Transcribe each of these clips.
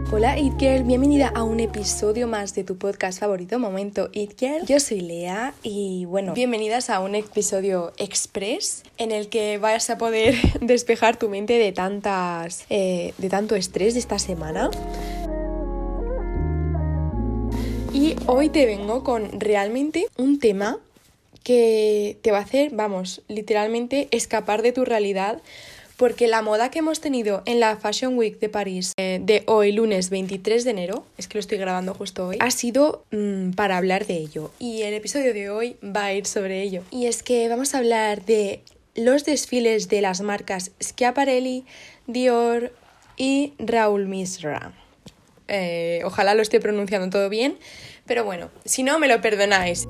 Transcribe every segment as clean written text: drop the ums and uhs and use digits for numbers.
Hola It Girl, bienvenida a un episodio más de tu podcast favorito, Momento It Girl. Yo soy Lea y bueno, bienvenidas a un episodio express en el que vas a poder despejar tu mente de tanto estrés de esta semana. Y hoy te vengo con realmente un tema que te va a hacer, literalmente escapar de tu realidad. Porque la moda que hemos tenido en la Fashion Week de París de hoy, lunes 23 de enero, es que lo estoy grabando justo hoy, ha sido para hablar de ello. Y el episodio de hoy va a ir sobre ello. Y es que vamos a hablar de los desfiles de las marcas Schiaparelli, Dior y Raúl Misra. Ojalá lo esté pronunciando todo bien, pero bueno, si no me lo perdonáis.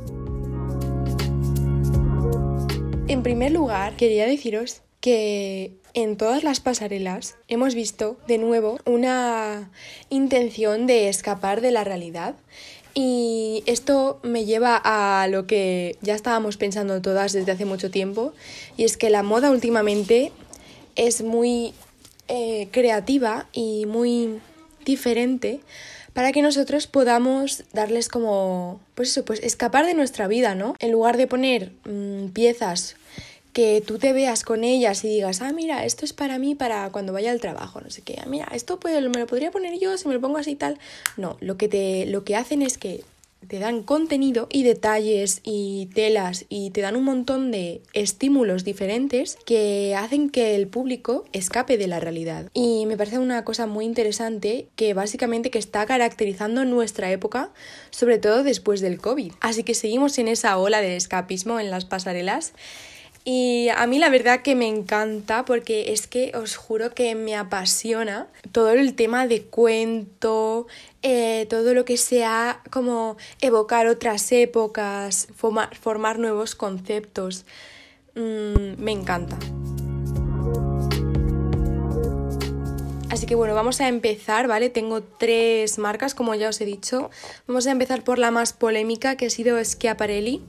En primer lugar, quería deciros que en todas las pasarelas hemos visto de nuevo una intención de escapar de la realidad y esto me lleva a lo que ya estábamos pensando todas desde hace mucho tiempo, y es que la moda últimamente es muy creativa y muy diferente para que nosotros podamos darles como, pues escapar de nuestra vida, ¿no? En lugar de poner piezas que tú te veas con ellas y digas, mira, esto es para mí, para cuando vaya al trabajo, no sé qué, mira, esto me lo podría poner yo si me lo pongo así y tal. No, lo que hacen es que te dan contenido y detalles y telas y te dan un montón de estímulos diferentes que hacen que el público escape de la realidad. Y me parece una cosa muy interesante que básicamente que está caracterizando nuestra época, sobre todo después del COVID. Así que seguimos en esa ola de escapismo en las pasarelas. Y a mí la verdad que me encanta porque es que os juro que me apasiona todo el tema de cuento, todo lo que sea como evocar otras épocas, formar nuevos conceptos. Me encanta. Así que bueno, vamos a empezar, ¿vale? Tengo 3 marcas, como ya os he dicho. Vamos a empezar por la más polémica, que ha sido Schiaparelli.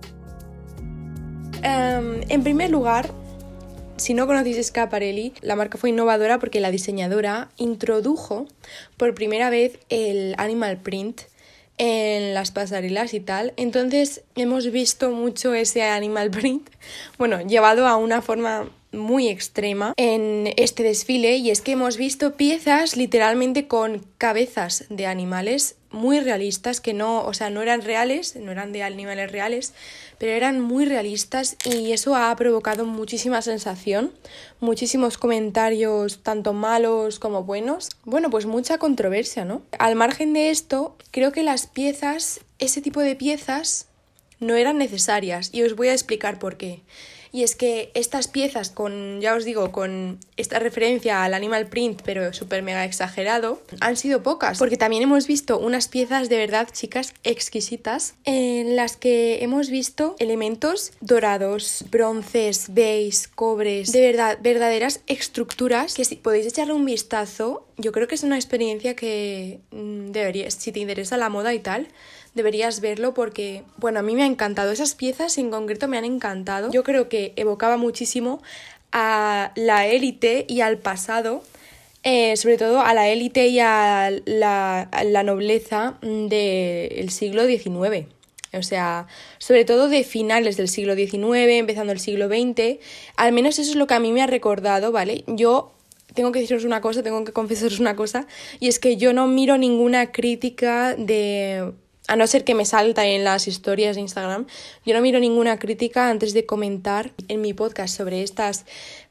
En primer lugar, si no conocéis Schiaparelli, la marca fue innovadora porque la diseñadora introdujo por primera vez el animal print en las pasarelas y tal. Entonces hemos visto mucho ese animal print, llevado a una forma muy extrema en este desfile, y es que hemos visto piezas literalmente con cabezas de animales muy realistas que no eran reales, no eran de animales reales, pero eran muy realistas, y eso ha provocado muchísima sensación, muchísimos comentarios, tanto malos como buenos. Pues mucha controversia, ¿no? Al margen de esto, creo que ese tipo de piezas no eran necesarias, y os voy a explicar por qué. Y es que estas piezas con esta referencia al animal print, pero súper mega exagerado, han sido pocas. Porque también hemos visto unas piezas de verdad, chicas, exquisitas, en las que hemos visto elementos dorados, bronces, beige, cobres, de verdad, verdaderas estructuras que si podéis echarle un vistazo, yo creo que es una experiencia que deberías, si te interesa la moda y tal, deberías verlo porque, a mí me ha encantado. Esas piezas en concreto me han encantado. Yo creo que evocaba muchísimo a la élite y al pasado, sobre todo a la élite y a la nobleza del siglo XIX. O sea, sobre todo de finales del siglo XIX, empezando el siglo XX. Al menos eso es lo que a mí me ha recordado, ¿vale? Yo tengo que confesaros una cosa, y es que yo no miro ninguna crítica a no ser que me salta en las historias de Instagram, yo no miro ninguna crítica antes de comentar en mi podcast sobre estas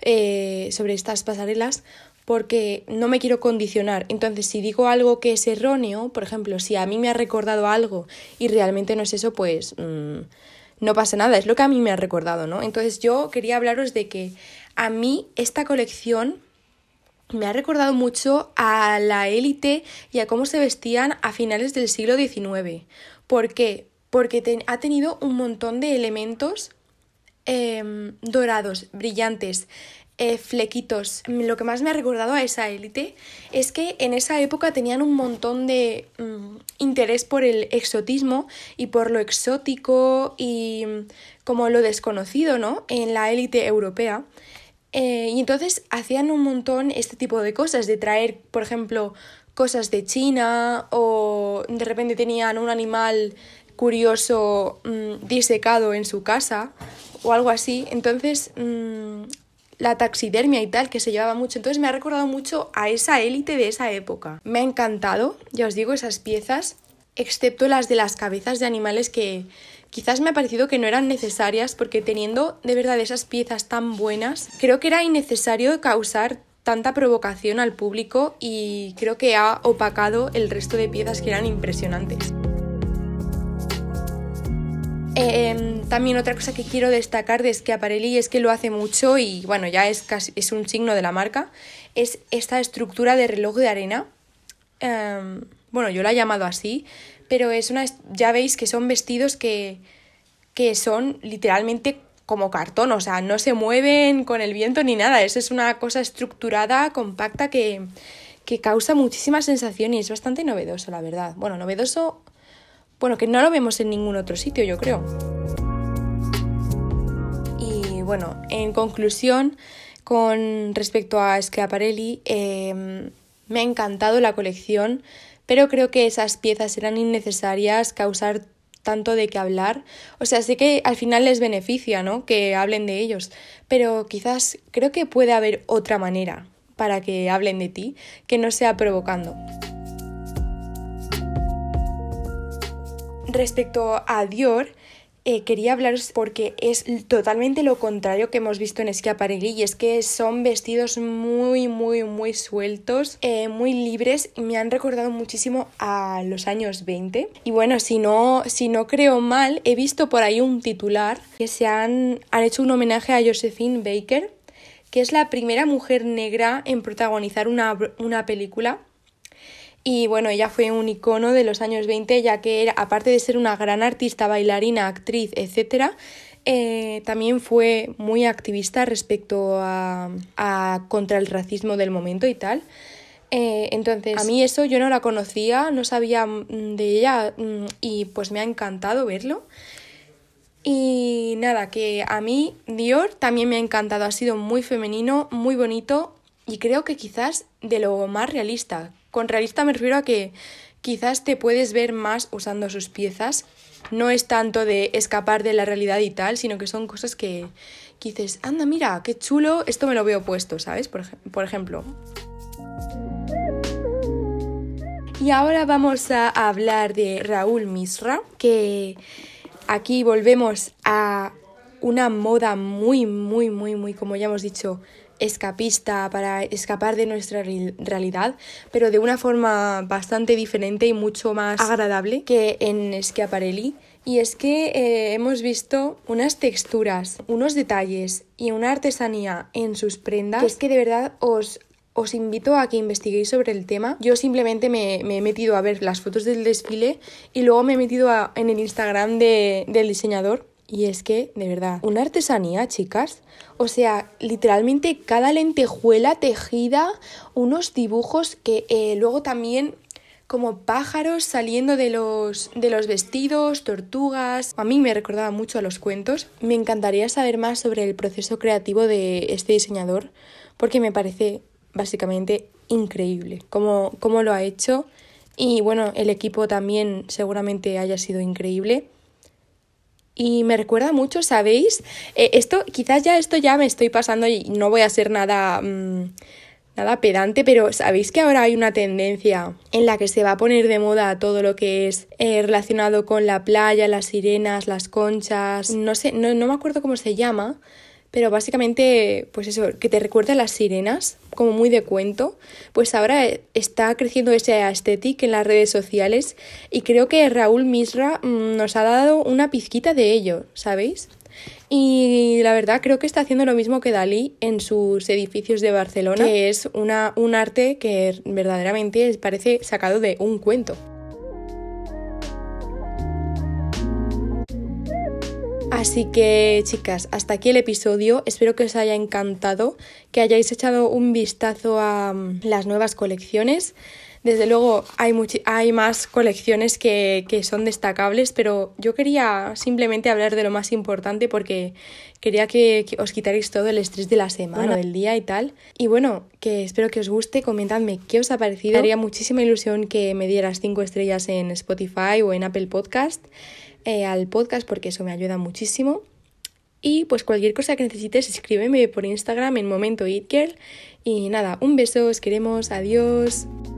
pasarelas, porque no me quiero condicionar. Entonces, si digo algo que es erróneo, por ejemplo, si a mí me ha recordado algo y realmente no es eso, pues no pasa nada, es lo que a mí me ha recordado, ¿no? Entonces yo quería hablaros de que a mí esta colección me ha recordado mucho a la élite y a cómo se vestían a finales del siglo XIX. ¿Por qué? Porque ha tenido un montón de elementos dorados, brillantes, flequitos. Lo que más me ha recordado a esa élite es que en esa época tenían un montón de interés por el exotismo y por lo exótico y como lo desconocido, ¿no? En la élite europea. Y entonces hacían un montón este tipo de cosas, de traer, por ejemplo, cosas de China o de repente tenían un animal curioso disecado en su casa o algo así. Entonces la taxidermia y tal, que se llevaba mucho. Entonces me ha recordado mucho a esa élite de esa época. Me ha encantado, ya os digo, esas piezas, excepto las de las cabezas de animales que quizás me ha parecido que no eran necesarias, porque teniendo de verdad esas piezas tan buenas, creo que era innecesario causar tanta provocación al público y creo que ha opacado el resto de piezas que eran impresionantes. También otra cosa que quiero destacar de Schiaparelli es que lo hace mucho y bueno, ya es un signo de la marca, es esta estructura de reloj de arena. Bueno, yo la he llamado así, pero ya veis que son vestidos que son literalmente como cartón, o sea, no se mueven con el viento ni nada, es una cosa estructurada, compacta, que causa muchísima sensación y es bastante novedoso, la verdad. Bueno, novedoso, bueno, que no lo vemos en ningún otro sitio, yo creo. Y bueno, en conclusión, con respecto a Schiaparelli, me ha encantado la colección, pero creo que esas piezas eran innecesarias, causar tanto de qué hablar. O sea, sé que al final les beneficia, ¿no?, que hablen de ellos, pero quizás creo que puede haber otra manera para que hablen de ti que no sea provocando. Respecto a Dior, quería hablaros porque es totalmente lo contrario que hemos visto en Schiaparelli, y es que son vestidos muy, muy, muy sueltos, muy libres, y me han recordado muchísimo a los años 20. Y bueno, si no creo mal, he visto por ahí un titular que han hecho un homenaje a Josephine Baker, que es la primera mujer negra en protagonizar una película. Y bueno, ella fue un icono de los años 20, ya que aparte de ser una gran artista, bailarina, actriz, etc., también fue muy activista respecto a contra el racismo del momento y tal. Entonces, a mí eso yo no la conocía, no sabía de ella, y pues me ha encantado verlo. Y nada, que a mí Dior también me ha encantado, ha sido muy femenino, muy bonito y creo que quizás de lo más realista. Con realista me refiero a que quizás te puedes ver más usando sus piezas. No es tanto de escapar de la realidad y tal, sino que son cosas que dices, anda, mira, qué chulo, esto me lo veo puesto, ¿sabes? Por ejemplo. Y ahora vamos a hablar de Raúl Misra, que aquí volvemos a una moda muy, muy, muy, muy, como ya hemos dicho, escapista, para escapar de nuestra realidad, pero de una forma bastante diferente y mucho más agradable que en Schiaparelli. Y es que hemos visto unas texturas, unos detalles y una artesanía en sus prendas que es que de verdad os invito a que investiguéis sobre el tema. Yo simplemente me he metido a ver las fotos del desfile y luego me he metido en el Instagram del diseñador. Y es que, de verdad, una artesanía, chicas. O sea, literalmente cada lentejuela tejida, unos dibujos que luego también como pájaros saliendo de los vestidos, tortugas. A mí me recordaba mucho a los cuentos. Me encantaría saber más sobre el proceso creativo de este diseñador, porque me parece básicamente increíble cómo lo ha hecho. Y bueno, el equipo también seguramente haya sido increíble. Y me recuerda mucho, ¿sabéis? Esto ya me estoy pasando y no voy a ser nada pedante, pero ¿sabéis que ahora hay una tendencia en la que se va a poner de moda todo lo que es relacionado con la playa, las sirenas, las conchas? No sé, no me acuerdo cómo se llama, pero básicamente, pues eso, que te recuerda a las sirenas, como muy de cuento. Pues ahora está creciendo ese aesthetic en las redes sociales y creo que Raúl Misra nos ha dado una pizquita de ello, ¿sabéis? Y la verdad creo que está haciendo lo mismo que Dalí en sus edificios de Barcelona, que es un arte que verdaderamente parece sacado de un cuento. Así que, chicas, hasta aquí el episodio. Espero que os haya encantado, que hayáis echado un vistazo a las nuevas colecciones Desde luego hay más colecciones que son destacables, pero yo quería simplemente hablar de lo más importante porque quería que os quitarais todo el estrés de la semana, del día y tal. Y bueno, que espero que os guste, comentadme qué os ha parecido. Me haría muchísima ilusión que me dieras 5 estrellas en Spotify o en Apple Podcast al podcast porque eso me ayuda muchísimo. Y pues cualquier cosa que necesites, escríbeme por Instagram en Momento It Girl. Y nada, un beso, os queremos, adiós.